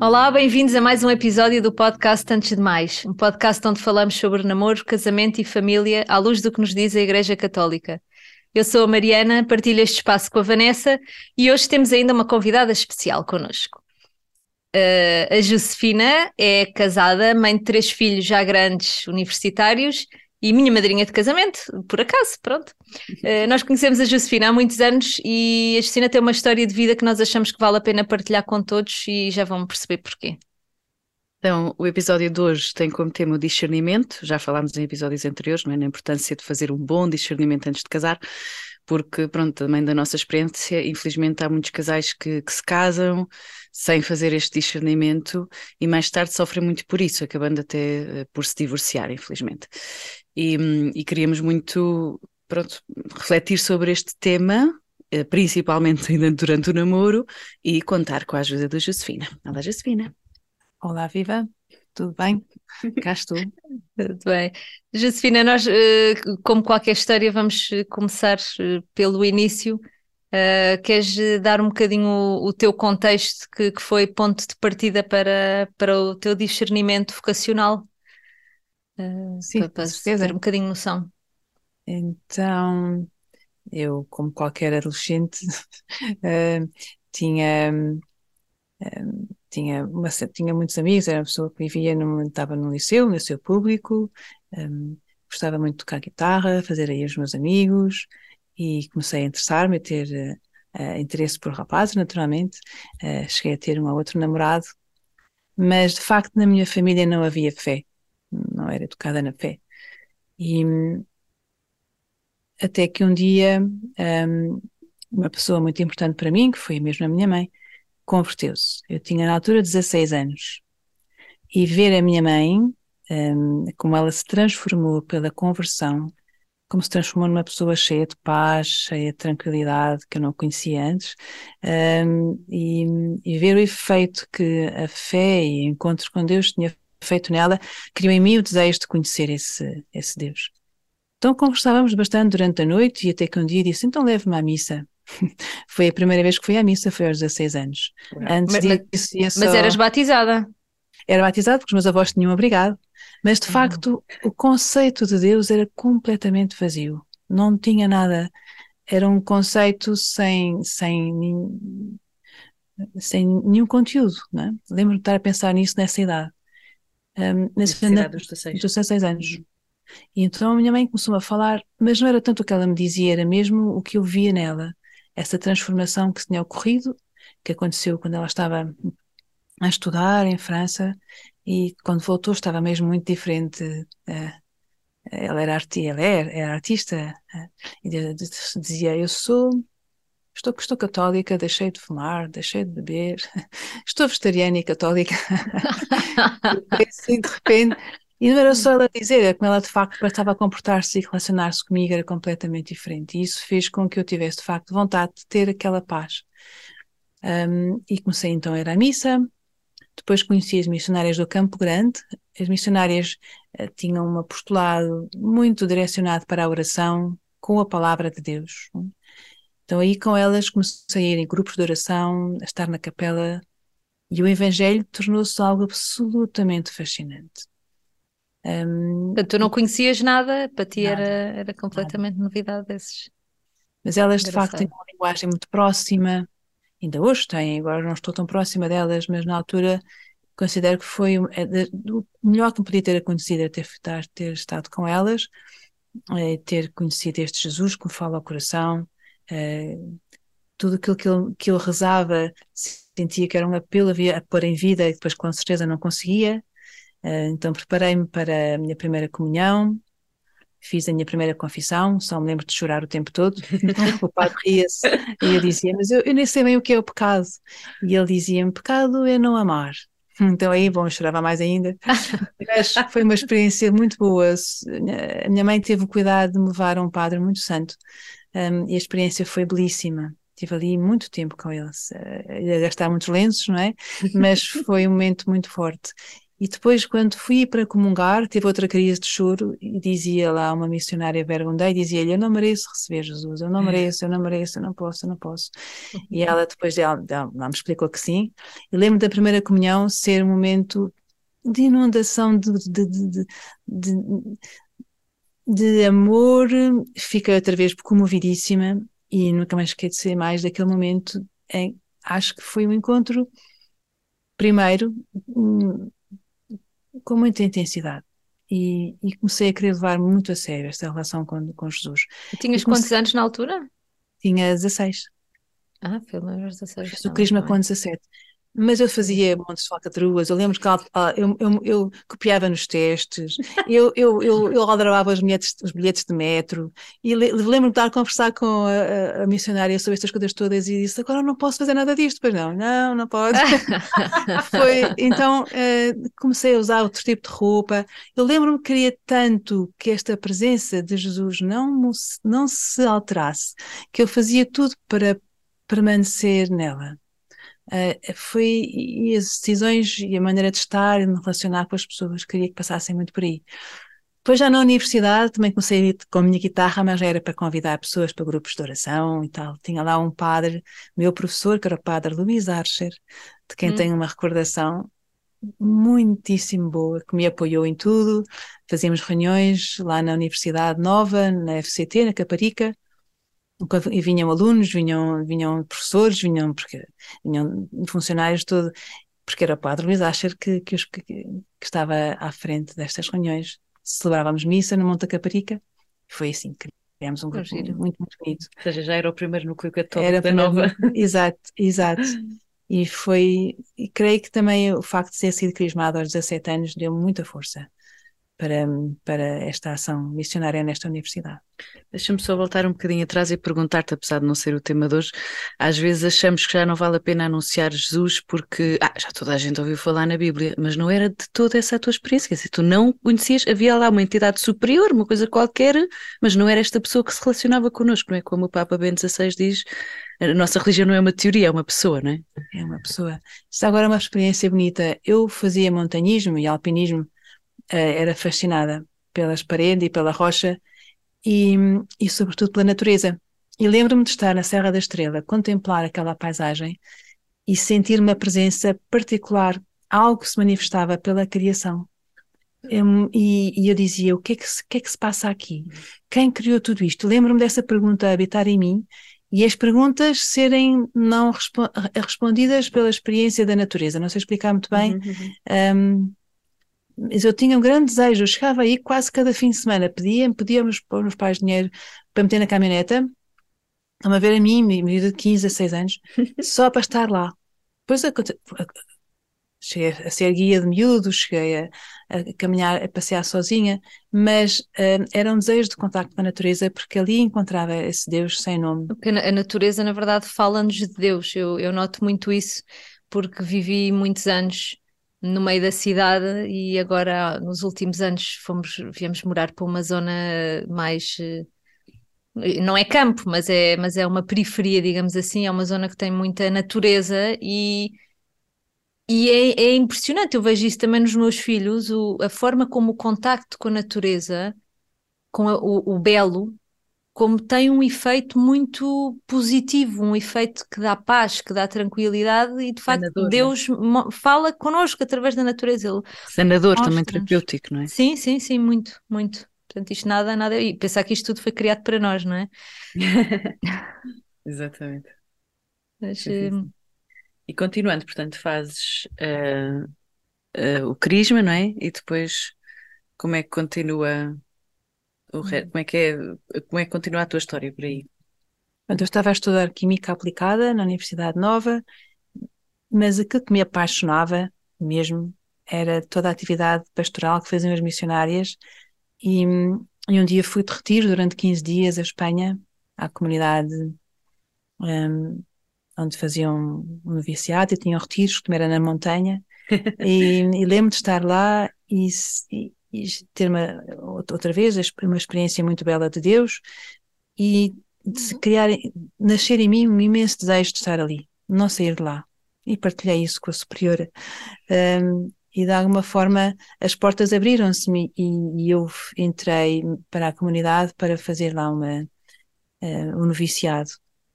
Olá, bem-vindos a mais um episódio do podcast Antes de Mais, um podcast onde falamos sobre namoro, casamento e família à luz do que nos diz a Igreja Católica. Eu sou a Mariana, partilho este espaço com a Vanessa e hoje temos ainda uma convidada especial connosco. A Josefina é casada, mãe de 3 filhos já grandes universitários e minha madrinha de casamento, por acaso, pronto. Nós conhecemos a Josefina há muitos anos e a Josefina tem uma história de vida que nós achamos que vale a pena partilhar com todos e já vão perceber porquê. Então, o episódio de hoje tem como tema o discernimento. Já falámos em episódios anteriores, não é? Na importância de fazer um bom discernimento antes de casar, porque, pronto, também da nossa experiência, infelizmente há muitos casais que se casam sem fazer este discernimento e mais tarde sofrem muito por isso, acabando até por se divorciar, infelizmente. E queríamos muito, pronto, refletir sobre este tema, principalmente ainda durante o namoro, e contar com a ajuda da Josefina. Olá, Josefina. Olá, viva, tudo bem? Cá estou. Muito bem. Josefina, nós, como qualquer história, vamos começar pelo início. Queres dar um bocadinho o teu contexto, que foi ponto de partida para o teu discernimento vocacional? Sim, com Para se ter certeza. um bocadinho noção. Então, eu, como qualquer adolescente, eh, tinha, tinha muitos amigos, era uma pessoa que estava no liceu público, eh, gostava muito de tocar guitarra, fazer aí os meus amigos, e comecei a interessar-me, a ter interesse por rapazes, naturalmente. Cheguei a ter um ou outro namorado, mas de facto na minha família não havia fé, não era educada na fé. E até que um dia, uma pessoa muito importante para mim, que foi mesmo a minha mãe, converteu-se. Eu tinha na altura 16 anos. E ver a minha mãe, como ela se transformou pela conversão, como se transformou numa pessoa cheia de paz, cheia de tranquilidade, que eu não conhecia antes, e ver o efeito que a fé e o encontro com Deus tinha feito nela, criou em mim o desejo de conhecer esse Deus. Então conversávamos bastante durante a noite e até que um dia disse, então leve-me à missa. Foi a primeira vez que fui à missa, foi aos 16 anos. Antes disso ia Mas eras só... batizada? Era batizado porque os meus avós tinham obrigado, mas de facto o conceito de Deus era completamente vazio. Não tinha nada, era um conceito sem nenhum conteúdo, não é? Lembro-me de estar a pensar nisso nessa idade. Nessa idade dos 16. 16 anos. E então a minha mãe começou a falar, mas não era tanto o que ela me dizia, era mesmo o que eu via nela, essa transformação que tinha ocorrido, que aconteceu quando ela estava a estudar em França e quando voltou estava mesmo muito diferente. Ela era artista e dizia, estou católica, deixei de fumar, deixei de beber, estou vegetariana e católica. E assim, de repente, e não era só ela dizer, é como ela de facto estava a comportar-se e relacionar-se comigo era completamente diferente. E isso fez com que eu tivesse de facto vontade de ter aquela paz. E comecei então a ir à missa, depois conheci as missionárias do Campo Grande. As missionárias tinham um apostolado muito direcionado para a oração com a palavra de Deus. Então aí com elas comecei a ir em grupos de oração, a estar na capela e o Evangelho tornou-se algo absolutamente fascinante. Portanto, tu não conhecias nada, para ti era, Nada, era nada. completamente novidade desses. Mas elas de facto têm Engraçado. uma linguagem muito próxima, ainda hoje têm, agora não estou tão próxima delas, mas na altura considero que foi o melhor que me podia ter acontecido é ter estado com elas, ter conhecido este Jesus que me fala ao coração, tudo aquilo que ele rezava, sentia que era um apelo a pôr em vida e depois com certeza não conseguia. Então preparei-me para a minha primeira comunhão, fiz a minha primeira confissão, só me lembro de chorar o tempo todo. O padre ria-se e eu dizia, mas eu nem sei bem o que é o pecado. E ele dizia-me, pecado é não amar. Então aí, bom, eu chorava mais ainda. Mas foi uma experiência muito boa. A minha mãe teve o cuidado de me levar a um padre muito santo, e a experiência foi belíssima. Estive ali muito tempo com ele, a gastar muitos lenços, não é? Mas foi um momento muito forte. E depois, quando fui para comungar, teve outra crise de choro e dizia lá uma missionária Vergonda, e dizia-lhe: eu não mereço receber Jesus, eu não mereço, eu não mereço, eu não posso, eu não posso. E ela depois ela me explicou que sim. E lembro da primeira comunhão ser um momento de inundação de, de amor. Fiquei outra vez comovidíssima e nunca mais esqueci mais daquele momento. Acho que foi um encontro, primeiro, com muita intensidade. E comecei a querer levar muito a sério esta relação com Jesus. E tinhas quantos anos na altura? Tinha 16. Foi aos 16. Fiz o crisma com 17. Mas eu fazia montes de falcatruas. Eu lembro que eu copiava nos testes, eu aldrabava os bilhetes de metro, e lembro-me de estar a conversar com a missionária sobre estas coisas todas e disse: agora não posso fazer nada disto. Pois não pode. Então comecei a usar outro tipo de roupa. Eu lembro-me que queria tanto que esta presença de Jesus não se alterasse, que eu fazia tudo para permanecer nela. E as decisões e a maneira de estar e de me relacionar com as pessoas, queria que passassem muito por aí. Depois já na universidade também comecei a ir com a minha guitarra, mas já era para convidar pessoas para grupos de oração e tal. Tinha lá um padre, meu professor, que era o padre Luís Archer, de quem tenho uma recordação muitíssimo boa, que me apoiou em tudo. Fazíamos reuniões lá na Universidade Nova, na FCT, na Caparica. E vinham alunos, vinham professores, vinham funcionários, todo, porque era o padre Luís Acher que estava à frente destas reuniões. Celebrávamos missa no Monte da Caparica, e foi assim que criámos um grupo muito, muito bonito. Ou seja, já era o primeiro núcleo católico da Nova. Exato. E creio que também o facto de ter sido crismado aos 17 anos deu muita força para esta ação missionária nesta universidade. Deixa-me só voltar um bocadinho atrás e perguntar-te, apesar de não ser o tema de hoje, às vezes achamos que já não vale a pena anunciar Jesus porque já toda a gente ouviu falar na Bíblia, mas não era de toda essa a tua experiência, se tu não conhecias, havia lá uma entidade superior, uma coisa qualquer, mas não era esta pessoa que se relacionava connosco, não é? Como o Papa Bento XVI diz, a nossa religião não é uma teoria, é uma pessoa, não é? É uma pessoa. Isso agora é uma experiência bonita. Eu fazia montanhismo e alpinismo, era fascinada pelas paredes e pela rocha e sobretudo pela natureza. E lembro-me de estar na Serra da Estrela, contemplar aquela paisagem e sentir uma presença particular, algo que se manifestava pela criação. E eu dizia: o que é que se passa aqui? Quem criou tudo isto? Lembro-me dessa pergunta habitar em mim e as perguntas serem não respondidas pela experiência da natureza. Não sei explicar muito bem. Mas eu tinha um grande desejo, eu chegava aí quase cada fim de semana, pedia aos meus pais dinheiro para meter na caminhoneta, a ver a mim, miúda de 15 a 6 anos, só para estar lá. Depois cheguei a ser guia de miúdos, cheguei a caminhar, a passear sozinha, mas era um desejo de contacto com a natureza, porque ali encontrava esse Deus sem nome. Porque a natureza, na verdade, fala-nos de Deus. Eu noto muito isso, porque vivi muitos anos no meio da cidade e agora, nos últimos anos, viemos morar para uma zona mais... Não é campo, mas é uma periferia, digamos assim, é uma zona que tem muita natureza e é impressionante. Eu vejo isso também nos meus filhos, a forma como o contacto com a natureza, com o belo, como tem um efeito muito positivo, um efeito que dá paz, que dá tranquilidade e de facto Sanador, Deus fala connosco através da natureza. Sanador, também terapêutico, não é? Sim, muito, muito. Portanto, isto nada, e pensar que isto tudo foi criado para nós, não é? Exatamente. Mas, sim. E continuando, portanto, fazes o crisma, não é? E depois como é que continua como é que continua a tua história por aí? Eu estava a estudar Química Aplicada na Universidade Nova, mas aquilo que me apaixonava mesmo era toda a atividade pastoral que faziam as missionárias e um dia fui de retiro durante 15 dias à Espanha, à comunidade onde faziam um noviciado e tinham retiros, que era na montanha, e lembro de estar lá e ter outra vez uma experiência muito bela de Deus e de se nascer em mim um imenso desejo de estar ali, não sair de lá. E partilhei isso com a superiora. E de alguma forma as portas abriram-se-me e eu entrei para a comunidade para fazer lá um noviciado.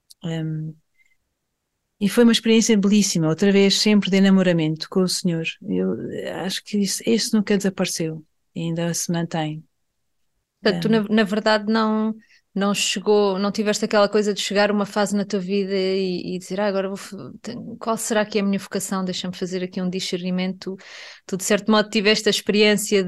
E foi uma experiência belíssima, outra vez sempre de enamoramento com o Senhor. Eu acho que isso nunca desapareceu, ainda se mantém. Portanto, tu na verdade não chegou, não tiveste aquela coisa de chegar a uma fase na tua vida e dizer, agora qual será que é a minha vocação? Deixa-me fazer aqui um discernimento. Tu, de certo modo, tiveste a experiência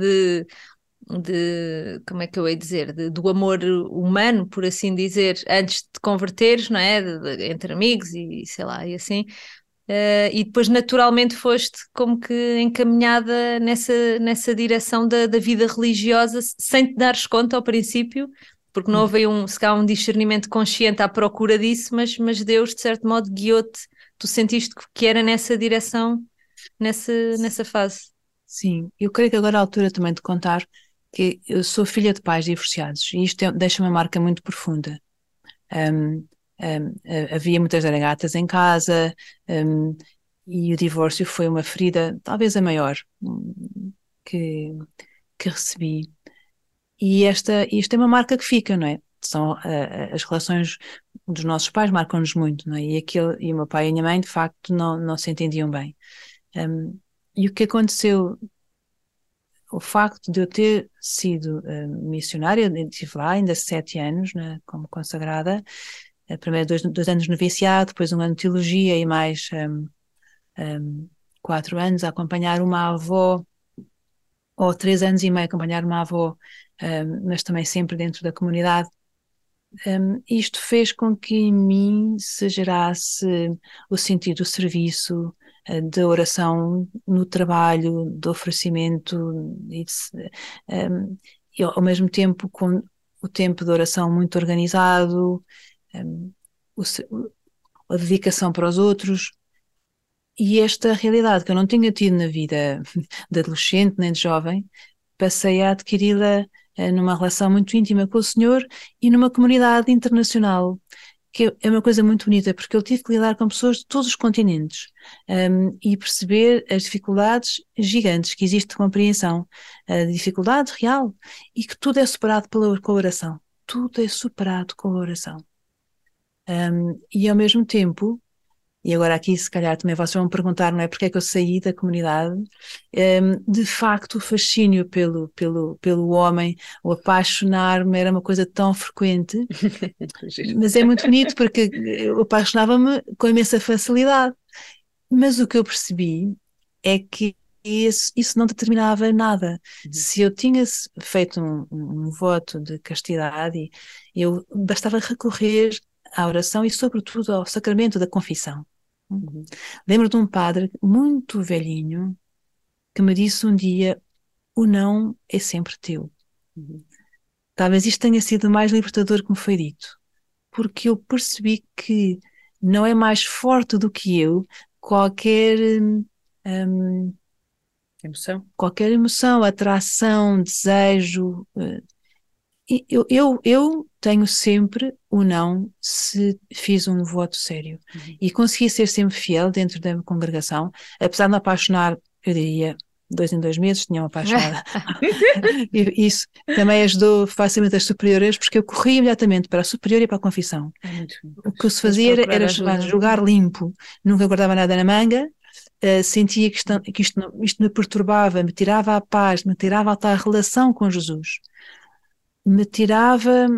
como é que eu hei de dizer, do amor humano, por assim dizer, antes de te converteres, não é? Entre amigos e sei lá, e assim. E depois naturalmente foste como que encaminhada nessa direção da vida religiosa, sem te dares conta ao princípio, porque não houve se calhar um discernimento consciente à procura disso, mas Deus de certo modo guiou-te, tu sentiste que era nessa direção, nessa fase. Sim, eu creio que agora é a altura também de contar que eu sou filha de pais divorciados e isto deixa uma marca muito profunda. Um, Havia muitas dragatas em casa, e o divórcio foi uma ferida, talvez a maior, que, que recebi. E isto é uma marca que fica, não é? São as relações dos nossos pais marcam-nos muito, não é? E o meu pai e a minha mãe, de facto, não se entendiam bem. E o que aconteceu, o facto de eu ter sido missionária, eu estive lá ainda 7 anos, né, como consagrada, primeiro 2 anos no noviciado, depois 1 ano de teologia e mais 4 anos a acompanhar uma avó, ou 3 anos e meio a acompanhar uma avó, mas também sempre dentro da comunidade. Isto fez com que em mim se gerasse o sentido do serviço, da oração no trabalho, do oferecimento, e ao mesmo tempo com o tempo de oração muito organizado, o, a dedicação para os outros. E esta realidade que eu não tinha tido na vida de adolescente nem de jovem, passei a adquiri-la numa relação muito íntima com o Senhor e numa comunidade internacional, que é uma coisa muito bonita, porque eu tive que lidar com pessoas de todos os continentes, e perceber as dificuldades gigantes que existe de compreensão, a dificuldade real, e que tudo é superado com a oração. Tudo é superado com a oração. E ao mesmo tempo, e agora aqui se calhar também vocês vão me perguntar, não é, porque é que eu saí da comunidade, de facto o fascínio pelo homem, o apaixonar-me era uma coisa tão frequente, mas é muito bonito porque eu apaixonava-me com imensa facilidade, mas o que eu percebi é que isso não determinava nada. Se eu tinha feito um voto de castidade, eu bastava recorrer à oração e sobretudo ao sacramento da confissão. Lembro de um padre muito velhinho que me disse um dia: o não é sempre teu. Talvez isto tenha sido o mais libertador que me foi dito, porque eu percebi que não é mais forte do que eu qualquer qualquer emoção, atração, desejo. Eu tenho sempre o não se fiz um voto sério. E consegui ser sempre fiel dentro da congregação, apesar de me apaixonar, eu diria, 2 em 2 meses tinha-me apaixonada. Isso também ajudou facilmente as superiores, porque eu corria imediatamente para a superior e para a confissão. O que se fazia era jogar limpo, nunca guardava nada na manga. Sentia que isto me perturbava, me tirava a paz, me tirava a tal relação com Jesus. Me tirava,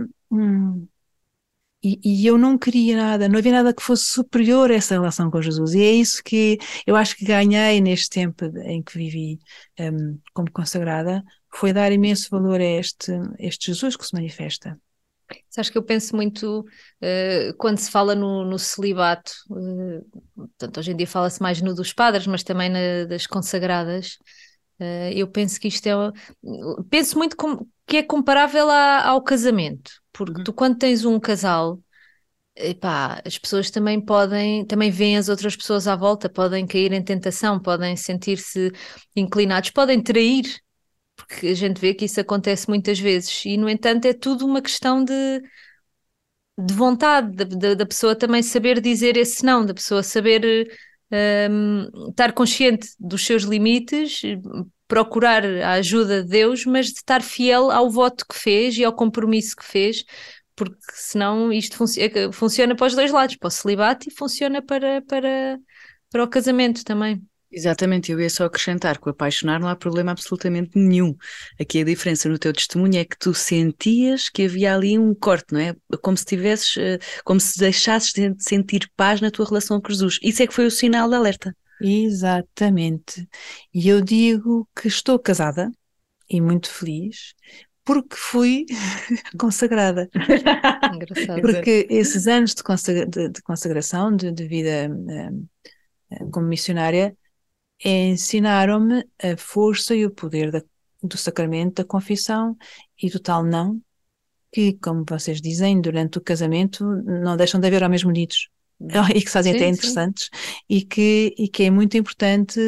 e eu não queria nada, não havia nada que fosse superior a essa relação com Jesus, e é isso que eu acho que ganhei neste tempo em que vivi como consagrada, foi dar imenso valor a este Jesus que se manifesta. Acho que eu penso muito quando se fala no celibato, portanto, hoje em dia fala-se mais no dos padres, mas também das consagradas. Eu penso que penso muito que é comparável ao casamento, porque tu quando tens um casal, epá, as pessoas também veem as outras pessoas à volta, podem cair em tentação, podem sentir-se inclinados, podem trair, porque a gente vê que isso acontece muitas vezes, e no entanto é tudo uma questão de vontade, da pessoa também saber dizer esse não, da pessoa saber estar consciente dos seus limites, procurar a ajuda de Deus, mas de estar fiel ao voto que fez e ao compromisso que fez, porque senão isto funciona para os dois lados, para o celibato e funciona para o casamento também. Exatamente, eu ia só acrescentar que o apaixonar não há problema absolutamente nenhum. Aqui a diferença no teu testemunho é que tu sentias que havia ali um corte, não é? Como se tivesses, como se deixasses de sentir paz na tua relação com Jesus. Isso é que foi o sinal de alerta. Exatamente. E eu digo que estou casada e muito feliz porque fui consagrada. Engraçado. Porque esses anos de consagração, de vida como missionária, ensinaram-me a força e o poder do sacramento da confissão e do tal não, que, como vocês dizem, durante o casamento não deixam de haver homens bonitos e que se fazem até interessantes e que é muito importante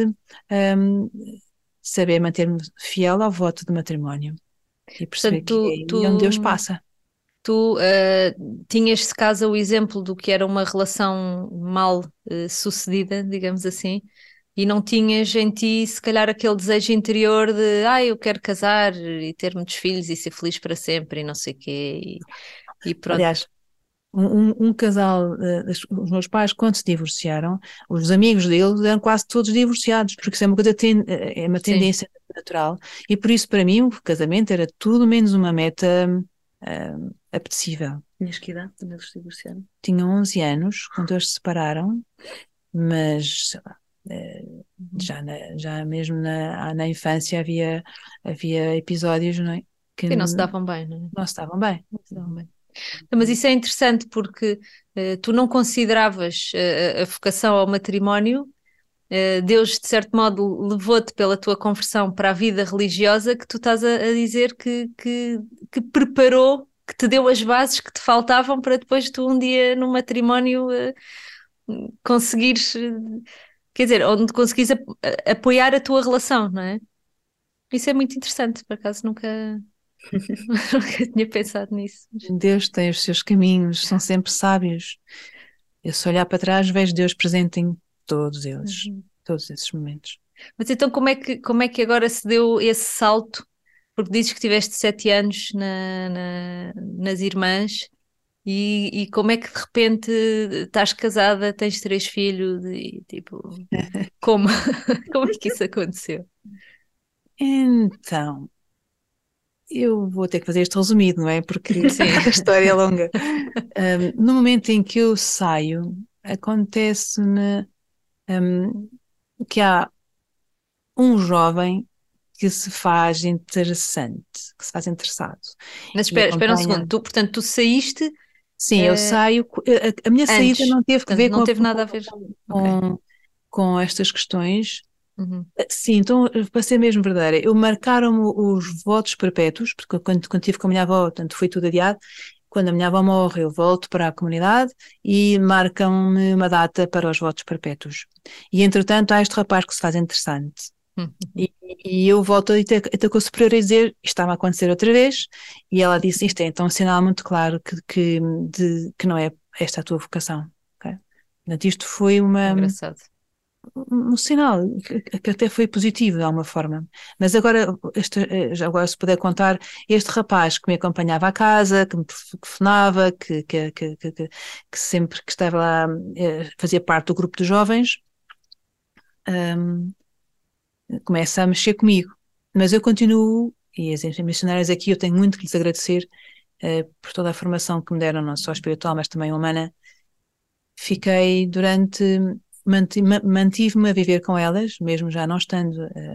saber manter-me fiel ao voto de matrimónio e perceber que é aí onde Deus passa. Tu tinhas de casa o exemplo do que era uma relação mal sucedida, digamos assim, e não tinhas em ti, se calhar, aquele desejo interior de eu quero casar e ter muitos filhos e ser feliz para sempre e não sei o quê. E pronto. Aliás, um casal, os meus pais, quando se divorciaram, os amigos deles eram quase todos divorciados, porque isso é uma coisa, é uma tendência natural, e por isso, para mim, o casamento era tudo menos uma meta apetecível. Tinhas que idade quando eles se divorciaram? Tinham 11 anos quando eles se separaram, mas sei lá, já mesmo na infância havia episódios, não é? Que não se davam bem, não é? Não se davam bem. Não se davam bem. Mas isso é interessante porque tu não consideravas a vocação ao matrimónio. Deus, de certo modo, levou-te pela tua conversão para a vida religiosa, que tu estás a dizer que preparou, que te deu as bases que te faltavam para depois tu um dia no matrimónio conseguires, quer dizer, onde conseguires apoiar a tua relação, não é? Isso é muito interessante, por acaso nunca tinha pensado nisso. Deus tem os seus caminhos, são sempre sábios. Eu, se olhar para trás, vejo Deus presente em todos eles, todos esses momentos. Mas então como é que agora se deu esse salto? Porque dizes que tiveste 7 anos nas irmãs e como é que de repente estás casada, tens 3 filhos e tipo, como é que isso aconteceu? Então, eu vou ter que fazer este resumido, não é? Porque a história é longa. No momento em que eu saio, acontece-me que há um jovem que se faz interessante, que se faz interessado. Mas espera um segundo, portanto, tu saíste... Sim, eu saio, a minha saída não teve que ver não teve nada a ver com estas questões. Sim, então, para ser mesmo verdadeira, eu marcaram-me os votos perpétuos, porque quando estive com a minha avó, portanto, foi tudo adiado. Quando a minha avó morre, eu volto para a comunidade e marcam-me uma data para os votos perpétuos. E, entretanto, há este rapaz que se faz interessante. E eu volto até com a superior a dizer, isto estava a acontecer outra vez, e ela disse, isto é então um sinal muito claro que não é esta a tua vocação. Okay? Portanto, isto foi um sinal que até foi positivo de alguma forma. Mas agora, agora se puder contar, este rapaz que me acompanhava à casa, que me telefonava, que sempre que estava lá, fazia parte do grupo de jovens, começa a mexer comigo. Mas eu continuo, e as missionárias aqui eu tenho muito que lhes agradecer por toda a formação que me deram, não só espiritual, mas também humana. Fiquei mantive-me a viver com elas, mesmo já não estando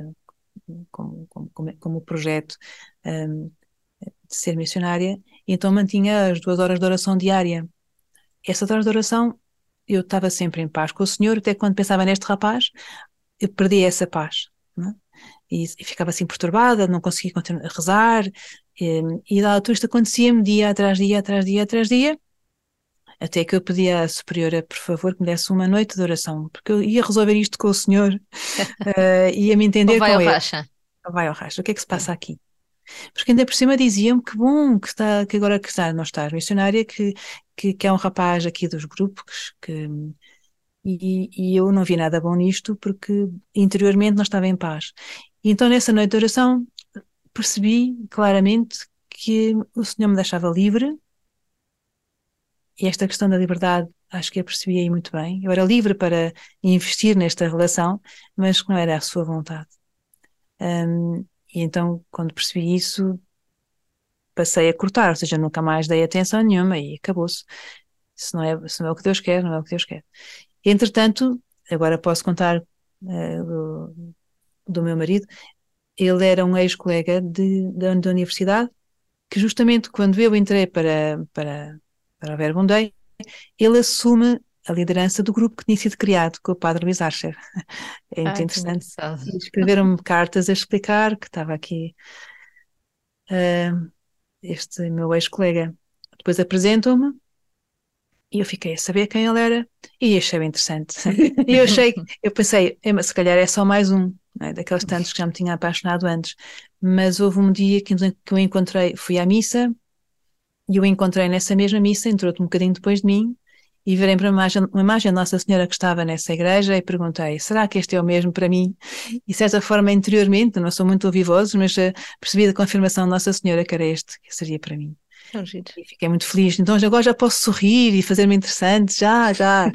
como projeto de ser missionária, e então mantinha as 2 horas de oração diária. Essas horas de oração eu estava sempre em paz com o Senhor, até quando pensava neste rapaz, eu perdi essa paz, não é? E ficava assim perturbada, não conseguia continuar a rezar, e lá tudo isto acontecia-me dia atrás dia, atrás dia, atrás dia, até que eu pedi à superiora, por favor, que me desse uma noite de oração, porque eu ia resolver isto com o Senhor, ia me entender com ele. Vai ao racha. O que é que se passa aqui? Porque ainda por cima diziam-me que bom, que agora que não estás missionária, que é um rapaz aqui dos grupos, que E eu não vi nada bom nisto porque interiormente não estava em paz. E então nessa noite de oração percebi claramente que o Senhor me deixava livre, e esta questão da liberdade acho que a percebi aí muito bem. Eu era livre para investir nesta relação, mas que não era a sua vontade. E então quando percebi isso passei a cortar, ou seja, nunca mais dei atenção nenhuma e acabou-se. Se não é o que Deus quer, não é o que Deus quer. Entretanto, agora posso contar do meu marido. Ele era um ex-colega da universidade, que justamente quando eu entrei para a Verbum Dei, ele assume a liderança do grupo que tinha sido criado com o padre Luís Archer. É muito Que interessante. engraçado. E escreveram-me cartas a explicar que estava aqui este meu ex-colega. Depois apresentam-me e eu fiquei a saber quem ele era e achei interessante. E eu pensei, se calhar é só mais um, não é? Daqueles tantos que já me tinha apaixonado antes. Mas houve um dia que eu encontrei, fui à missa e eu encontrei nessa mesma missa, entrou-te um bocadinho depois de mim, e virei para uma imagem da Nossa Senhora que estava nessa igreja e perguntei, será que este é o mesmo para mim? E de certa forma, interiormente, não sou muito ouvidoso, mas percebi da confirmação da Nossa Senhora que era este que seria para mim. Tão giro. E fiquei muito feliz. Então agora já posso sorrir e fazer-me interessante, já.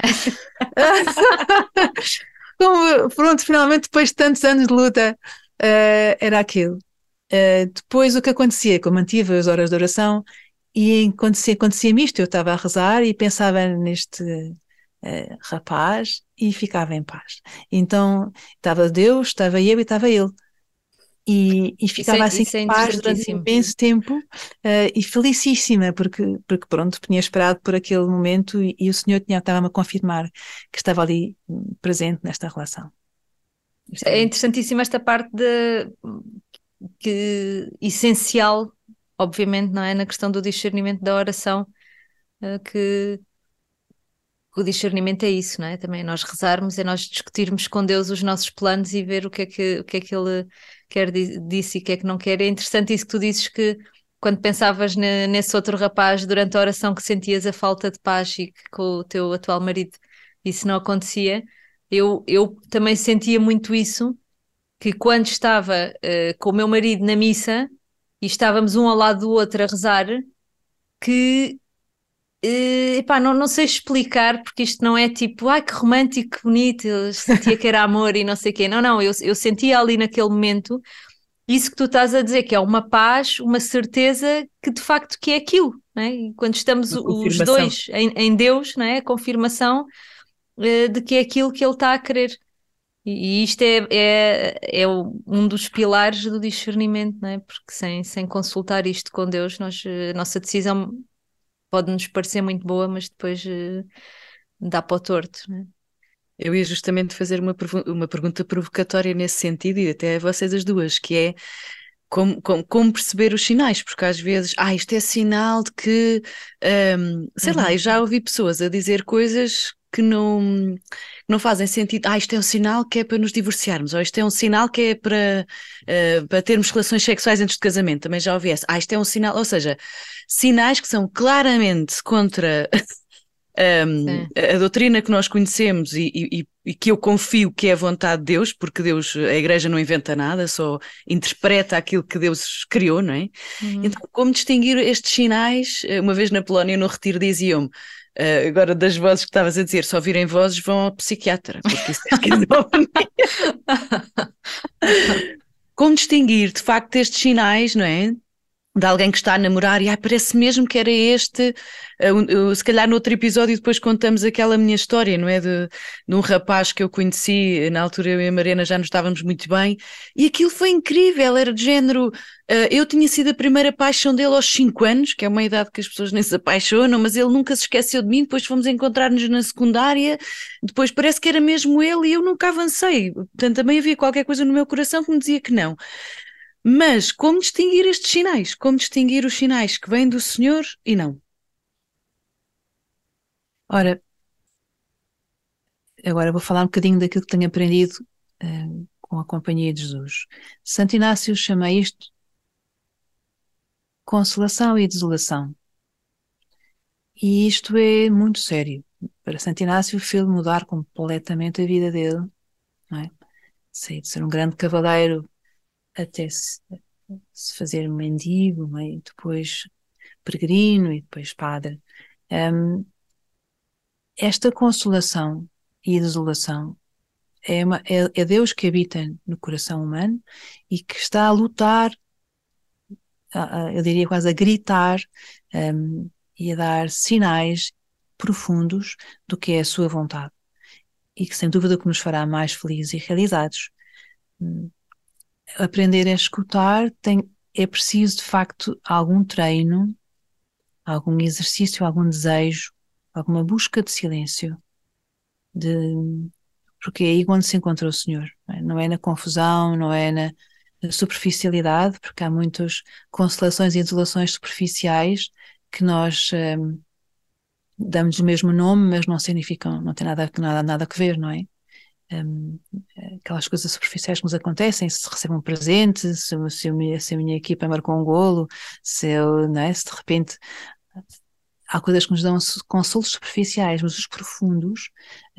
Pronto, finalmente, depois de tantos anos de luta, era aquilo. Depois o que acontecia, que eu mantive as horas de oração e acontecia-me isto, eu estava a rezar e pensava neste rapaz e ficava em paz. Então estava Deus, estava eu e estava ele. E ficava assim Isso é em paz durante um interessantíssimo. imenso tempo, e felicíssima, porque pronto, tinha esperado por aquele momento e o Senhor estava-me a confirmar que estava ali presente nesta relação. É interessantíssima esta parte essencial, obviamente, não é? Na questão do discernimento da oração, que o discernimento é isso, não é? Também é nós rezarmos, é nós discutirmos com Deus os nossos planos e ver o que é que Ele quer disso e o que é que não quer. É interessante isso que tu dizes, que quando pensavas nesse outro rapaz durante a oração que sentias a falta de paz e que com o teu atual marido isso não acontecia, eu também sentia muito isso, que quando estava com o meu marido na missa e estávamos um ao lado do outro a rezar, que epá, não sei explicar, porque isto não é tipo, ai que romântico, que bonito, eu sentia que era amor e não sei o quê. Não, eu sentia ali naquele momento isso que tu estás a dizer, que é uma paz, uma certeza que de facto que é aquilo, não é? E quando estamos Uma os confirmação. dois em Deus, não é? A confirmação de que é aquilo que Ele está a querer. E isto é um dos pilares do discernimento, não é? Porque sem consultar isto com Deus, a nossa decisão pode-nos parecer muito boa, mas depois dá para o torto, né? Eu ia justamente fazer uma pergunta provocatória nesse sentido, e até a vocês as duas, que é como perceber os sinais, porque às vezes, isto é sinal de que, sei lá, eu já ouvi pessoas a dizer coisas que não fazem sentido. Isto é um sinal que é para nos divorciarmos, ou isto é um sinal que é para termos relações sexuais antes de casamento, também já ouvi essa. Isto é um sinal, ou seja, sinais que são claramente contra a doutrina que nós conhecemos e que eu confio que é a vontade de Deus, porque Deus, a Igreja não inventa nada, só interpreta aquilo que Deus criou, não é? Então, como distinguir estes sinais? Uma vez na Polónia, no retiro, diziam-me, agora das vozes que estavas a dizer, se ouvirem vozes vão ao psiquiatra, porque isso é esquizofrenia. Como distinguir, de facto, estes sinais, não é? De alguém que está a namorar e parece mesmo que era este, se calhar no outro episódio depois contamos aquela minha história, não é? De um rapaz que eu conheci, na altura eu e a Mariana já nos estávamos muito bem, e aquilo foi incrível, era de género, eu tinha sido a primeira paixão dele aos 5 anos, que é uma idade que as pessoas nem se apaixonam, mas ele nunca se esqueceu de mim, depois fomos encontrar-nos na secundária, depois parece que era mesmo ele e eu nunca avancei, portanto também havia qualquer coisa no meu coração que me dizia que não. Mas como distinguir estes sinais? Como distinguir os sinais que vêm do Senhor e não? Ora, agora vou falar um bocadinho daquilo que tenho aprendido com a Companhia de Jesus. Santo Inácio chama isto consolação e desolação. E isto é muito sério. para Santo Inácio fez mudar completamente a vida dele, não é? Sair de ser um grande cavaleiro até se fazer mendigo, não é? E depois peregrino e depois padre. Esta consolação e desolação é Deus que habita no coração humano e que está a lutar, eu diria quase a gritar, e a dar sinais profundos do que é a sua vontade e que sem dúvida que nos fará mais felizes e realizados. Aprender a escutar é preciso de facto algum treino, algum exercício, algum desejo, alguma busca de silêncio, porque é aí onde se encontra o Senhor, não é na confusão, não é na superficialidade, porque há muitas consolações e desolações superficiais que nós damos o mesmo nome, mas não significam, não tem nada a ver, não é? Aquelas coisas superficiais que nos acontecem, se recebo um presente, se a minha equipa marcou um golo, não é? Se de repente há coisas que nos dão consolos superficiais, mas os profundos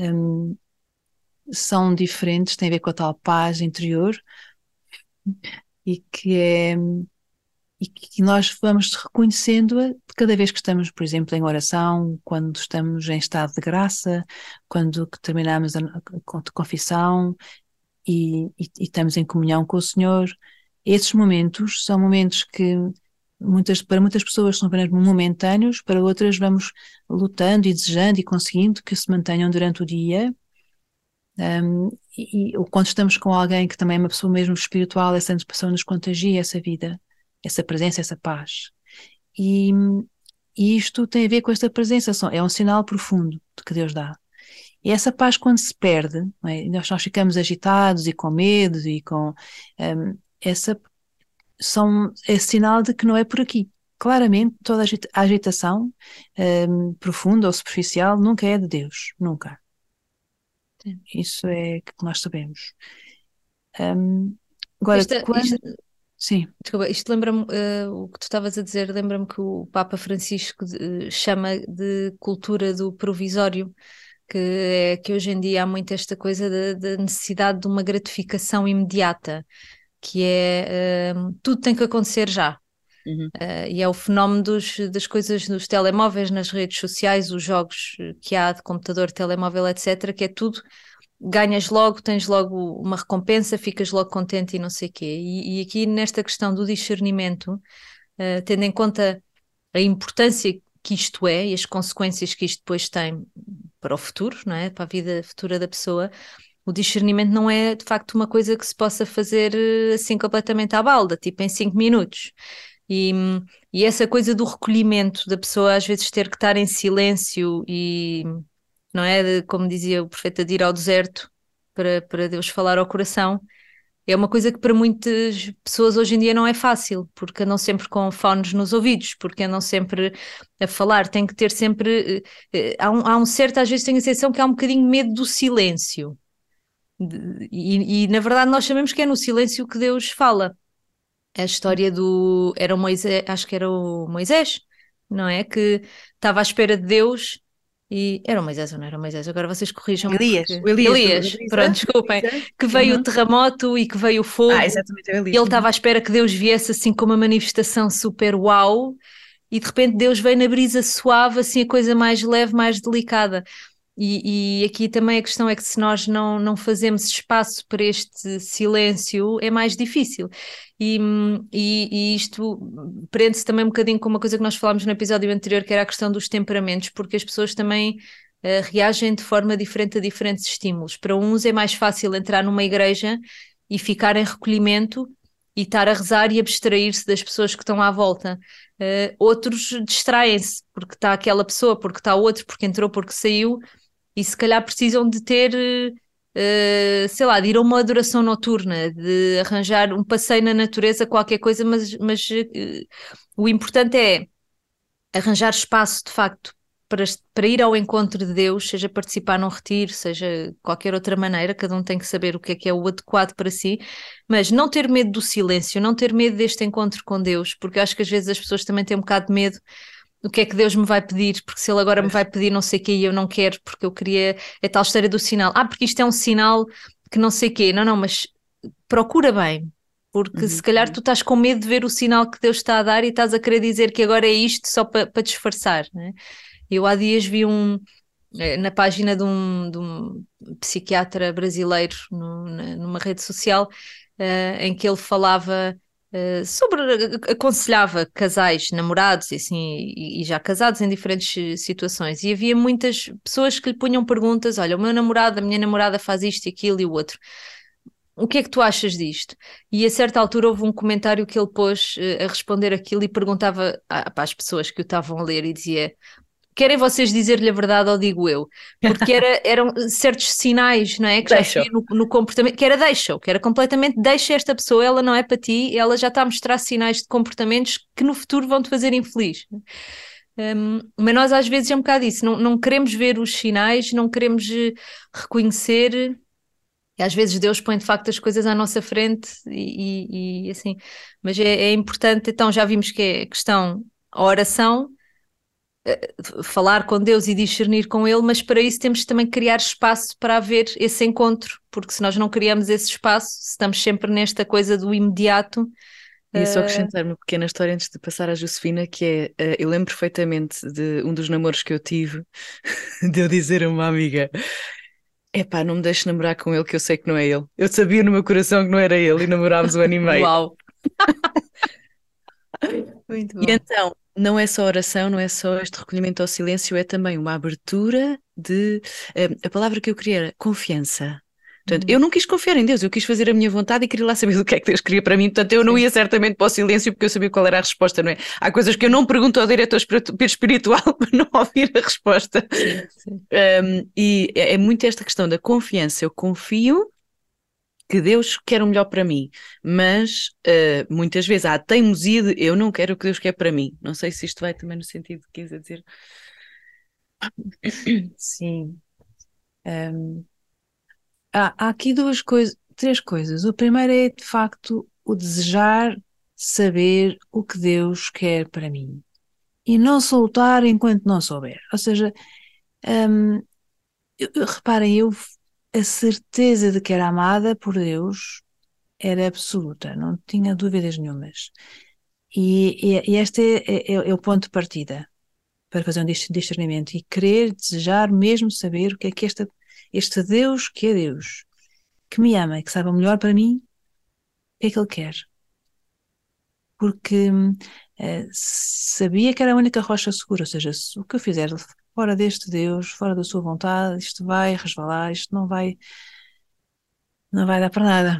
são diferentes, têm a ver com a tal paz interior e que nós vamos reconhecendo-a cada vez que estamos, por exemplo, em oração, quando estamos em estado de graça, quando terminamos a confissão e estamos em comunhão com o Senhor. Esses momentos são momentos que para muitas pessoas são apenas momentâneos, para outras vamos lutando e desejando e conseguindo que se mantenham durante o dia. Ou quando estamos com alguém que também é uma pessoa mesmo espiritual, essa pessoa nos contagia essa vida, essa presença, essa paz. E isto tem a ver com esta presença, é um sinal profundo de que Deus dá. E essa paz, quando se perde, não é? nós ficamos agitados e com medo e com é sinal de que não é por aqui. Claramente, toda a agitação profunda ou superficial nunca é de Deus, nunca. Sim. Isso é que nós sabemos. Agora, sim. Desculpa, isto lembra-me, o que tu estavas a dizer, lembra-me que o Papa Francisco chama de cultura do provisório, que hoje em dia há muito esta coisa da necessidade de uma gratificação imediata, que é tudo tem que acontecer já. E é o fenómeno das coisas nos telemóveis, nas redes sociais, os jogos que há de computador, telemóvel, etc., que é tudo, ganhas logo, tens logo uma recompensa, ficas logo contente e não sei o quê. E aqui nesta questão do discernimento, tendo em conta a importância que isto é e as consequências que isto depois tem para o futuro, não é? Para a vida futura da pessoa, o discernimento não é de facto uma coisa que se possa fazer assim completamente à balda, tipo em 5 minutos. E essa coisa do recolhimento da pessoa às vezes ter que estar em silêncio e, não é, como dizia o profeta, de ir ao deserto para Deus falar ao coração, é uma coisa que para muitas pessoas hoje em dia não é fácil, porque andam sempre com fones nos ouvidos, porque andam sempre a falar, tem que ter sempre, há um certo, às vezes tenho a sensação que há um bocadinho medo do silêncio, e na verdade nós sabemos que é no silêncio que Deus fala. A história era o Moisés, acho que era o Moisés, não é? Que estava à espera de Deus e era o Moisés ou não era o Moisés? Agora vocês corrijam-me. Elias, pronto, desculpem. Que veio o terremoto e que veio o fogo. Exatamente, é Elias. E ele estava à espera que Deus viesse assim com uma manifestação super uau e de repente Deus veio na brisa suave, assim a coisa mais leve, mais delicada. E aqui também a questão é que se nós não fazemos espaço para este silêncio é mais difícil. E isto prende-se também um bocadinho com uma coisa que nós falámos no episódio anterior, que era a questão dos temperamentos, porque as pessoas também reagem de forma diferente a diferentes estímulos. Para uns é mais fácil entrar numa igreja e ficar em recolhimento e estar a rezar e abstrair-se das pessoas que estão à volta. Outros distraem-se, porque está aquela pessoa, porque está outro, porque entrou, porque saiu, e se calhar precisam de ter, sei lá, de ir a uma adoração noturna, de arranjar um passeio na natureza, qualquer coisa, mas o importante é arranjar espaço, de facto, para ir ao encontro de Deus, seja participar num retiro, seja qualquer outra maneira, cada um tem que saber o que é o adequado para si, mas não ter medo do silêncio, não ter medo deste encontro com Deus, porque eu acho que às vezes as pessoas também têm um bocado de medo o que é que Deus me vai pedir, porque se Ele agora me vai pedir não sei o quê e eu não quero, porque eu queria, é tal história do sinal, porque isto é um sinal que não sei o quê, não, mas procura bem, porque se calhar tu estás com medo de ver o sinal que Deus está a dar e estás a querer dizer que agora é isto só para disfarçar, né? Eu há dias vi na página de um psiquiatra brasileiro numa rede social, em que ele falava aconselhava casais, namorados e assim, e já casados em diferentes situações, e havia muitas pessoas que lhe punham perguntas: olha, o meu namorado, a minha namorada faz isto e aquilo e o outro. O que é que tu achas disto? E a certa altura houve um comentário que ele pôs a responder aquilo e perguntava para as pessoas que o estavam a ler e dizia: querem vocês dizer-lhe a verdade ou digo eu? Porque eram certos sinais, não é? Que já se via no comportamento, que era completamente deixa esta pessoa, ela não é para ti, ela já está a mostrar sinais de comportamentos que no futuro vão te fazer infeliz. Mas nós às vezes é um bocado isso, não queremos ver os sinais, não queremos reconhecer, e às vezes Deus põe de facto as coisas à nossa frente e assim, mas é importante, então já vimos que é questão a oração, falar com Deus e discernir com Ele, mas para isso temos também que criar espaço para haver esse encontro, porque se nós não criamos esse espaço, se estamos sempre nesta coisa do imediato. E só acrescentar uma pequena história antes de passar à Josefina, que é, eu lembro perfeitamente de um dos namoros que eu tive, de eu dizer a uma amiga: epá, não me deixes namorar com ele que eu sei que não é ele. Eu sabia no meu coração que não era ele e namorámos 1 ano e meio. Uau! Muito bom. E então, não é só oração, não é só este recolhimento ao silêncio, é também uma abertura de... a palavra que eu queria era confiança. Portanto, eu não quis confiar em Deus, eu quis fazer a minha vontade e queria lá saber o que é que Deus queria para mim. Portanto, eu não ia certamente para o silêncio porque eu sabia qual era a resposta, não é? Há coisas que eu não pergunto ao diretor espiritual para não ouvir a resposta. Sim. E é muito esta questão da confiança. Eu confio que Deus quer o melhor para mim, mas muitas vezes há a teimosia de eu não quero o que Deus quer para mim. Não sei se isto vai também no sentido que quis dizer. Sim. Há aqui três coisas. O primeiro é, de facto, o desejar saber o que Deus quer para mim e não soltar enquanto não souber. Ou seja, hum, reparem, a certeza de que era amada por Deus era absoluta, não tinha dúvidas nenhumas. E este é o ponto de partida para fazer um discernimento e querer, desejar mesmo saber o que é que este Deus que é Deus, que me ama e que sabe o melhor para mim, o que é que Ele quer. Porque sabia que era a única rocha segura, ou seja, se o que eu fizer fora deste Deus, fora da sua vontade, isto vai resvalar, isto não vai dar para nada.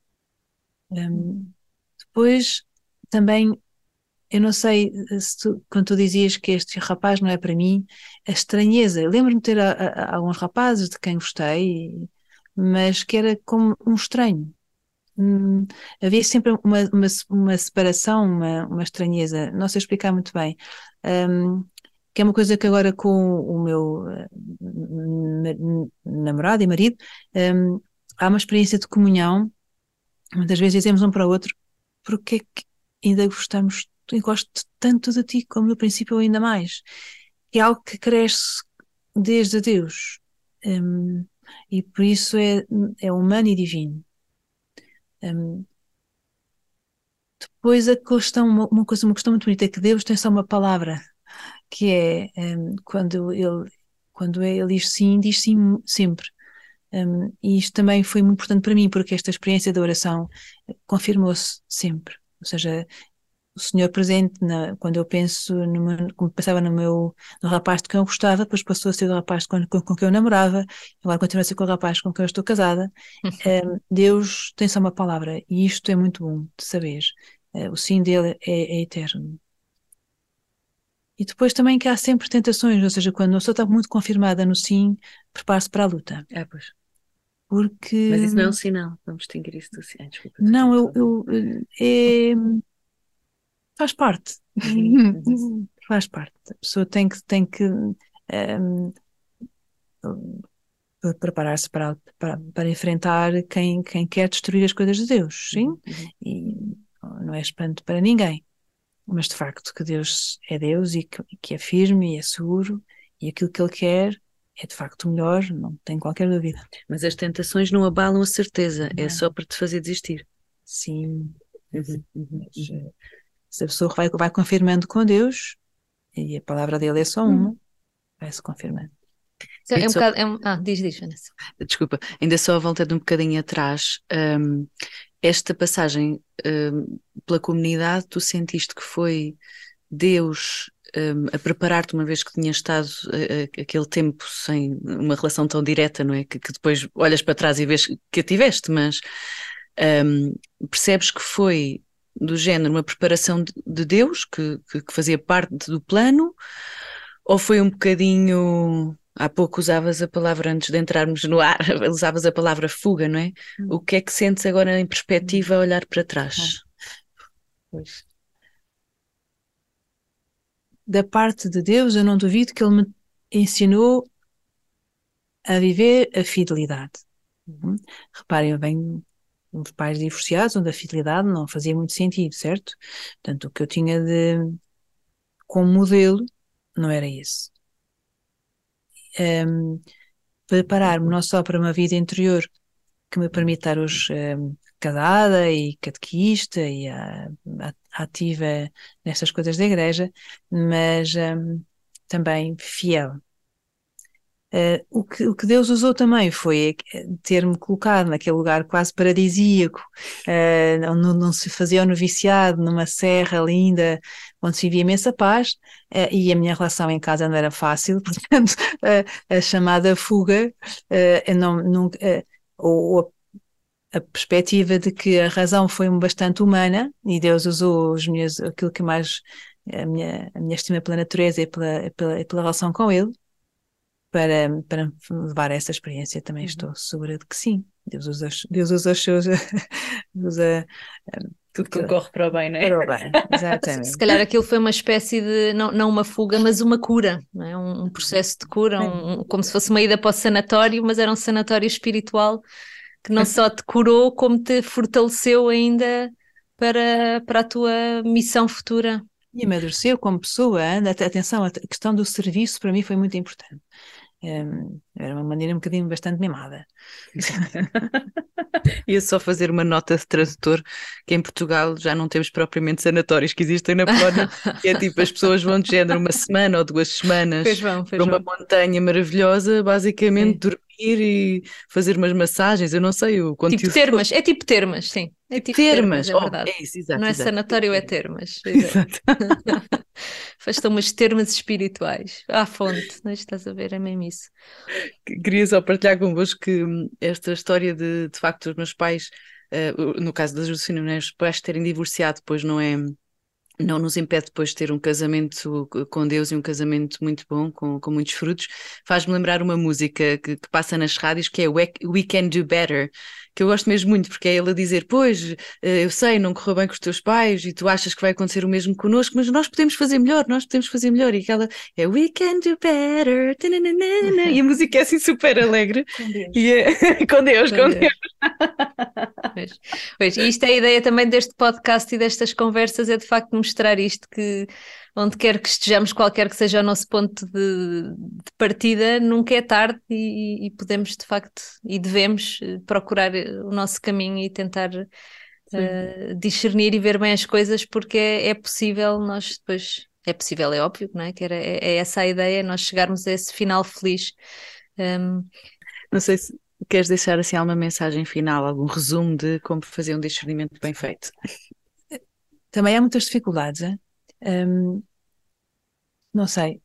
Depois, também, eu não sei se quando tu dizias que este rapaz não é para mim, a estranheza. Eu lembro-me de ter alguns rapazes de quem gostei, mas que era como um estranho. Havia sempre uma separação, uma estranheza, não sei explicar muito bem. Que é uma coisa que agora com o meu namorado e marido, há uma experiência de comunhão. Muitas vezes dizemos um para o outro: porque é que ainda gostamos, eu gosto tanto de ti como no princípio ou ainda mais. É algo que cresce desde Deus. E por isso é humano e divino. Depois a questão, uma questão muito bonita é que Deus tem só uma palavra, que é quando ele diz sim sempre. E isto também foi muito importante para mim, porque esta experiência da oração confirmou-se sempre. Ou seja, o Senhor presente, quando eu penso, como pensava no rapaz de quem eu gostava, depois passou a ser o rapaz com quem eu namorava, agora continua a ser com o rapaz com quem eu estou casada. Deus tem só uma palavra, e isto é muito bom de saber. O sim dele é eterno. E depois também que há sempre tentações, ou seja, quando a pessoa está muito confirmada no sim, prepare-se para a luta. Pois. Porque... Mas isso não é um sinal, vamos distinguir isso do sim. Desculpa. Não, faz parte. Faz parte. A pessoa tem que preparar-se para enfrentar quem quer destruir as coisas de Deus, sim? E não é espanto para ninguém. mas de facto que Deus é Deus e que é firme e é seguro, e aquilo que Ele quer é de facto o melhor, não tem qualquer dúvida. Mas as tentações não abalam a certeza, é Não. só para te fazer desistir. Sim, mas, se a pessoa vai confirmando com Deus, e a palavra dele é só uma, vai-se confirmando. É um Só- bocado, diz, Vanessa. Desculpa, ainda só a volta de um bocadinho atrás, esta passagem pela comunidade, tu sentiste que foi Deus a preparar-te uma vez que tinhas estado aquele tempo sem uma relação tão direta, não é? Que depois olhas para trás e vês que a tiveste, mas percebes que foi do género uma preparação de Deus que fazia parte do plano, ou foi um bocadinho. Há pouco usavas a palavra, antes de entrarmos no ar, usavas a palavra fuga, não é? O que é que sentes agora em perspectiva a olhar para trás? Pois. Da parte de Deus, eu não duvido que Ele me ensinou a viver a fidelidade. Reparem bem, os pais divorciados, onde a fidelidade não fazia muito sentido, certo? Portanto, o que eu tinha como modelo não era esse. Preparar-me não só para uma vida interior que me permita estar hoje casada e catequista e ativa nestas coisas da igreja, mas também fiel. O que Deus usou também foi ter-me colocado naquele lugar quase paradisíaco, não se fazia o noviciado, numa serra linda, onde se vivia imensa paz, e a minha relação em casa não era fácil, portanto, a chamada fuga, ou a perspectiva de que a razão foi bastante humana, e Deus usou aquilo que mais, a minha estima pela natureza e pela relação com Ele, para levar a essa experiência. Também estou segura de que sim, Deus usa os seus, usa Tudo concorre para o bem, não é? para o bem, exatamente. Se calhar aquilo foi uma espécie de, não uma fuga, mas uma cura, não é? Um processo de cura, como se fosse uma ida para o sanatório, mas era um sanatório espiritual que não só te curou, como te fortaleceu ainda para a tua missão futura. E amadureceu como pessoa. Atenção, a questão do serviço para mim foi muito importante. Era uma maneira um bocadinho bastante mimada. Ia só fazer uma nota de tradutor, que em Portugal já não temos propriamente sanatórios que existem na Polónia, que é tipo, as pessoas vão de género uma semana ou 2 semanas para uma montanha maravilhosa, basicamente dormir e fazer umas massagens, eu não sei o conteúdo. Tipo termas, é tipo termas, sim. É tipo termas, é verdade. É isso, exato, não é exato. sanatório, é termas. Exato. Faz-te umas termas espirituais. À fonte, não é? Estás a ver, é mesmo isso. Queria só partilhar convosco que esta história de facto, os meus pais, no caso da Josefina, né, os pais terem divorciado, depois não nos impede depois de ter um casamento com Deus e um casamento muito bom, com muitos frutos. Faz-me lembrar uma música que passa nas rádios, que é We Can Do Better, que eu gosto mesmo muito, porque é ele a dizer, pois, eu sei, não correu bem com os teus pais e tu achas que vai acontecer o mesmo connosco, mas nós podemos fazer melhor, e aquela é We Can Do Better, e a música é assim super alegre. Com Deus. Pois, e isto é a ideia também deste podcast e destas conversas, é de facto mostrar isto, que onde quer que estejamos, qualquer que seja o nosso ponto de partida, nunca é tarde e podemos de facto e devemos procurar o nosso caminho e tentar discernir e ver bem as coisas, porque é possível nós depois, é possível, é óbvio, não é? Que é essa a ideia, nós chegarmos a esse final feliz. Não sei se queres deixar assim alguma mensagem final, algum resumo de como fazer um discernimento bem feito. Também há muitas dificuldades, não sei,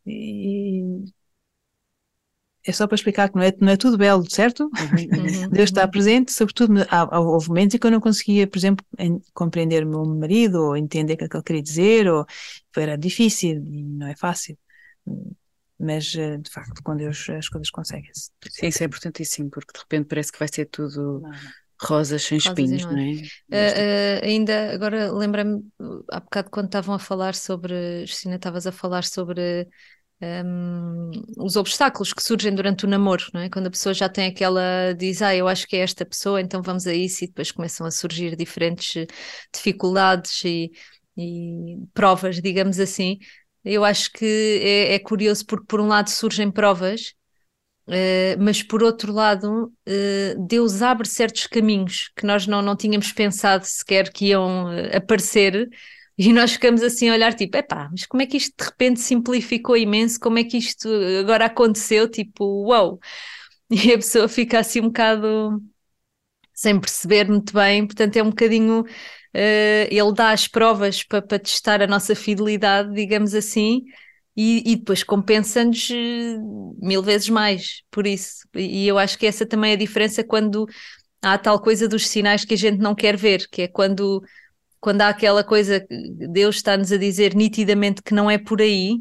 é só para explicar que não é tudo belo, certo? Deus está presente, sobretudo houve momentos em que eu não conseguia, por exemplo, compreender o meu marido ou entender o que ele queria dizer, ou era difícil e não é fácil. Mas, de facto, com Deus as coisas conseguem-se. Sim, isso é importantíssimo, porque de repente parece que vai ser tudo rosas sem espinhos, não é? Ainda, agora lembra-me, há bocado quando estavam a falar sobre, Justina, estavas a falar sobre os obstáculos que surgem durante o namoro, não é? Quando a pessoa já tem diz, eu acho que é esta pessoa, então vamos a isso, e depois começam a surgir diferentes dificuldades e provas, digamos assim. Eu acho que é curioso porque por um lado surgem provas, mas por outro lado, Deus abre certos caminhos que nós não tínhamos pensado sequer que iam aparecer, e nós ficamos assim a olhar, tipo, epá, mas como é que isto de repente simplificou imenso? Como é que isto agora aconteceu? Tipo, uau! E a pessoa fica assim um bocado sem perceber muito bem, portanto é um bocadinho. Ele dá as provas para testar a nossa fidelidade, digamos assim, e depois compensa-nos 1000 vezes mais por isso. E eu acho que essa também é a diferença quando há a tal coisa dos sinais que a gente não quer ver, que é quando há aquela coisa que Deus está-nos a dizer nitidamente que não é por aí.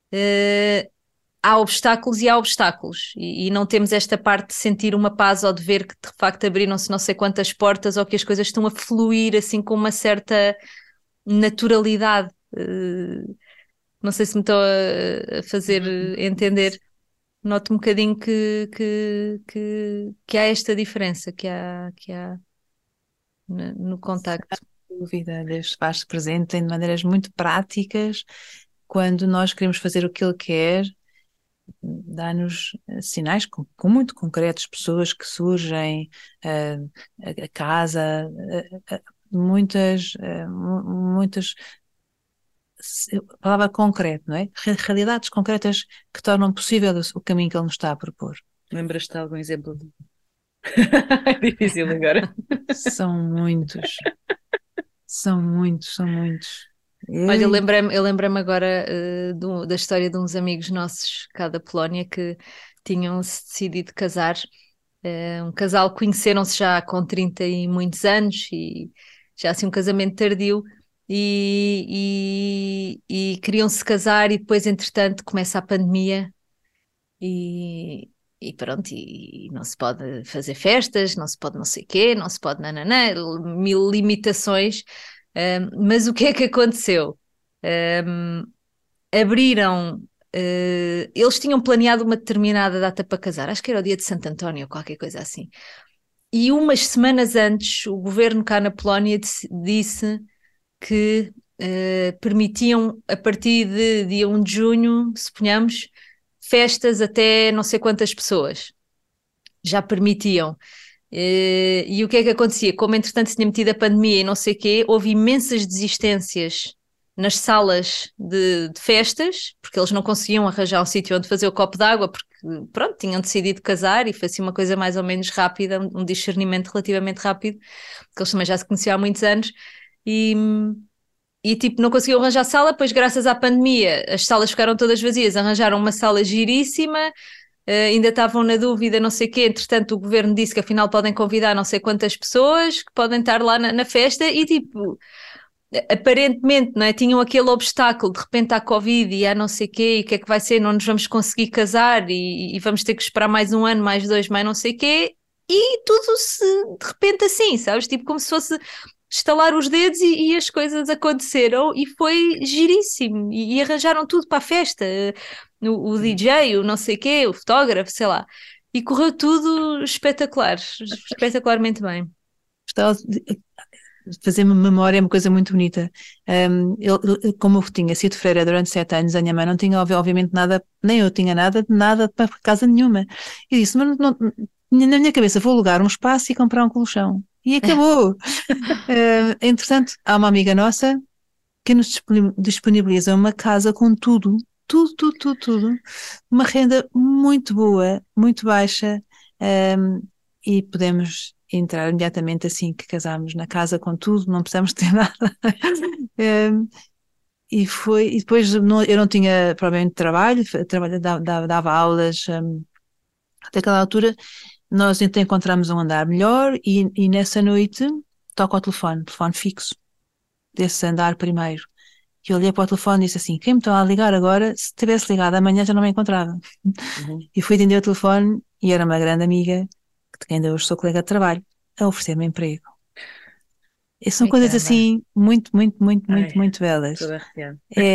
Há obstáculos e há obstáculos, e não temos esta parte de sentir uma paz ou de ver que de facto abriram-se não sei quantas portas ou que as coisas estão a fluir assim com uma certa naturalidade. Não sei se me estou a fazer entender. Noto um bocadinho que há esta diferença que há no contacto. Sem dúvida, Deus faz-se presente de maneiras muito práticas quando nós queremos fazer o que Ele quer. Dá-nos sinais muito concretos, pessoas que surgem, a casa, muitas, a palavra concreto, não é? Realidades concretas que tornam possível o caminho que ele nos está a propor. Lembras-te de algum exemplo? É difícil agora. São muitos, são muitos, são muitos. Olha, eu lembrei-me agora da história de uns amigos nossos cá da Polónia que tinham-se decidido casar. Um casal que conheceram-se já com 30 e muitos anos e já assim um casamento tardio e queriam-se casar e depois entretanto começa a pandemia e, e pronto, e não se pode fazer festas, não se pode não sei quê, não se pode nananã, 1000 limitações. Mas o que é que aconteceu? Um, abriram. Eles tinham planeado uma determinada data para casar, acho que era o dia de Santo António ou qualquer coisa assim. E umas semanas antes, o governo cá na Polónia disse que permitiam, a partir de dia 1 de junho, suponhamos, festas até não sei quantas pessoas. Já permitiam. E o que é que acontecia? Como entretanto tinha metido a pandemia e não sei o quê, houve imensas desistências nas salas de festas, porque eles não conseguiam arranjar um sítio onde fazer o copo d'água, porque pronto, tinham decidido casar e foi assim uma coisa mais ou menos rápida, um discernimento relativamente rápido, porque eles também já se conheciam há muitos anos, e, e tipo, não conseguiam arranjar sala, pois graças à pandemia as salas ficaram todas vazias, arranjaram uma sala giríssima. Ainda estavam na dúvida, não sei o quê, entretanto o governo disse que afinal podem convidar não sei quantas pessoas que podem estar lá na festa e tipo, aparentemente, não é? Tinham aquele obstáculo, de repente há Covid e há não sei o quê, e o que é que vai ser? Não nos vamos conseguir casar e vamos ter que esperar mais um ano, mais dois, mais não sei o quê, e tudo se, de repente assim, sabes? Tipo como se fosse estalar os dedos e as coisas aconteceram e foi giríssimo e arranjaram tudo para a festa, o DJ, o não sei quê, o fotógrafo, sei lá, e correu tudo espetacular, espetacularmente bem. Gostava de fazer-me memória, é uma coisa muito bonita. Como eu tinha sido freira durante 7 anos, a minha mãe não tinha obviamente nada, nem eu tinha nada para casa nenhuma. E disse, mas na minha cabeça vou alugar um espaço e comprar um colchão. E acabou. Entretanto, há uma amiga nossa que nos disponibiliza uma casa com tudo. Tudo. Uma renda muito boa, muito baixa, e podemos entrar imediatamente assim que casámos na casa com tudo, não precisamos ter nada. E depois eu não tinha provavelmente trabalho, dava aulas, até aquela altura nós então encontramos um andar melhor e nessa noite toca o telefone fixo desse andar primeiro. E eu olhei para o telefone e disse assim, quem me está a ligar agora, se tivesse ligado amanhã já não me encontrava. E fui atender o telefone e era uma grande amiga, de quem ainda hoje sou colega de trabalho, a oferecer-me emprego. E são coisas assim muito belas. Toda arrepiada.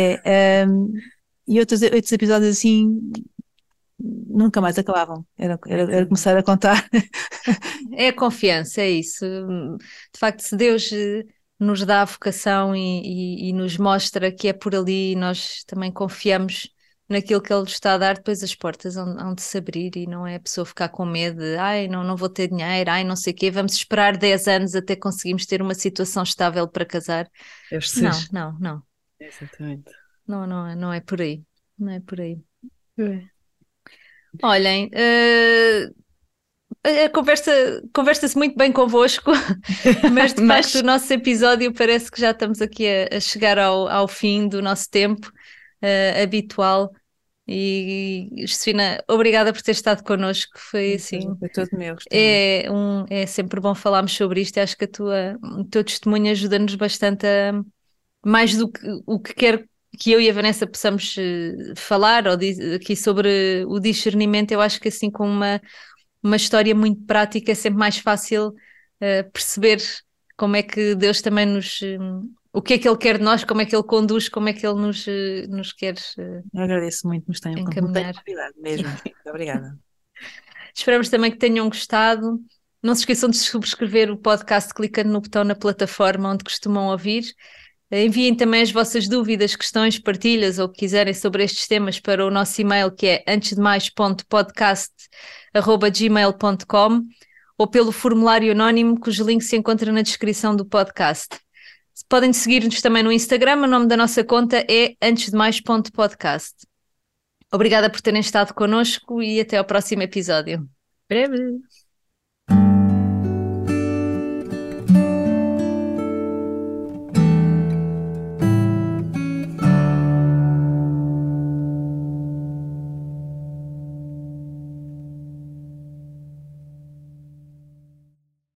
E outros episódios assim nunca mais acabavam. Era começar a contar. É a confiança, é isso. De facto, se Deus nos dá a vocação e nos mostra que é por ali e nós também confiamos naquilo que Ele nos está a dar, depois as portas hão de se abrir e não é a pessoa ficar com medo de ai, não vou ter dinheiro, ai, não sei o quê, vamos esperar 10 anos até conseguirmos ter uma situação estável para casar. Deve ser. Não. Exatamente. Não é por aí. Não é por aí. É. Olhem, a conversa-se muito bem convosco, mas de facto o nosso episódio parece que já estamos aqui a chegar ao fim do nosso tempo habitual. E Josefina, obrigada por ter estado connosco. Foi assim. Foi todo meu. É sempre bom falarmos sobre isto. Acho que o teu testemunho ajuda-nos bastante mais do que o que quer que eu e a Vanessa possamos falar aqui sobre o discernimento. Eu acho que assim com uma história muito prática é sempre mais fácil perceber como é que Deus também o que é que Ele quer de nós, como é que Ele conduz, como é que Ele nos quer Eu agradeço muito, nos tenham encaminhar. Mesmo. Muito obrigada. Esperamos também que tenham gostado. Não se esqueçam de subscrever o podcast clicando no botão na plataforma onde costumam ouvir. Enviem também as vossas dúvidas, questões, partilhas ou o que quiserem sobre estes temas para o nosso e-mail que é antesdemais.podcast@gmail.com ou pelo formulário anónimo cujo link se encontra na descrição do podcast. Podem seguir-nos também no Instagram, o nome da nossa conta é antesdemais.podcast. Obrigada por terem estado connosco e até ao próximo episódio. Breve.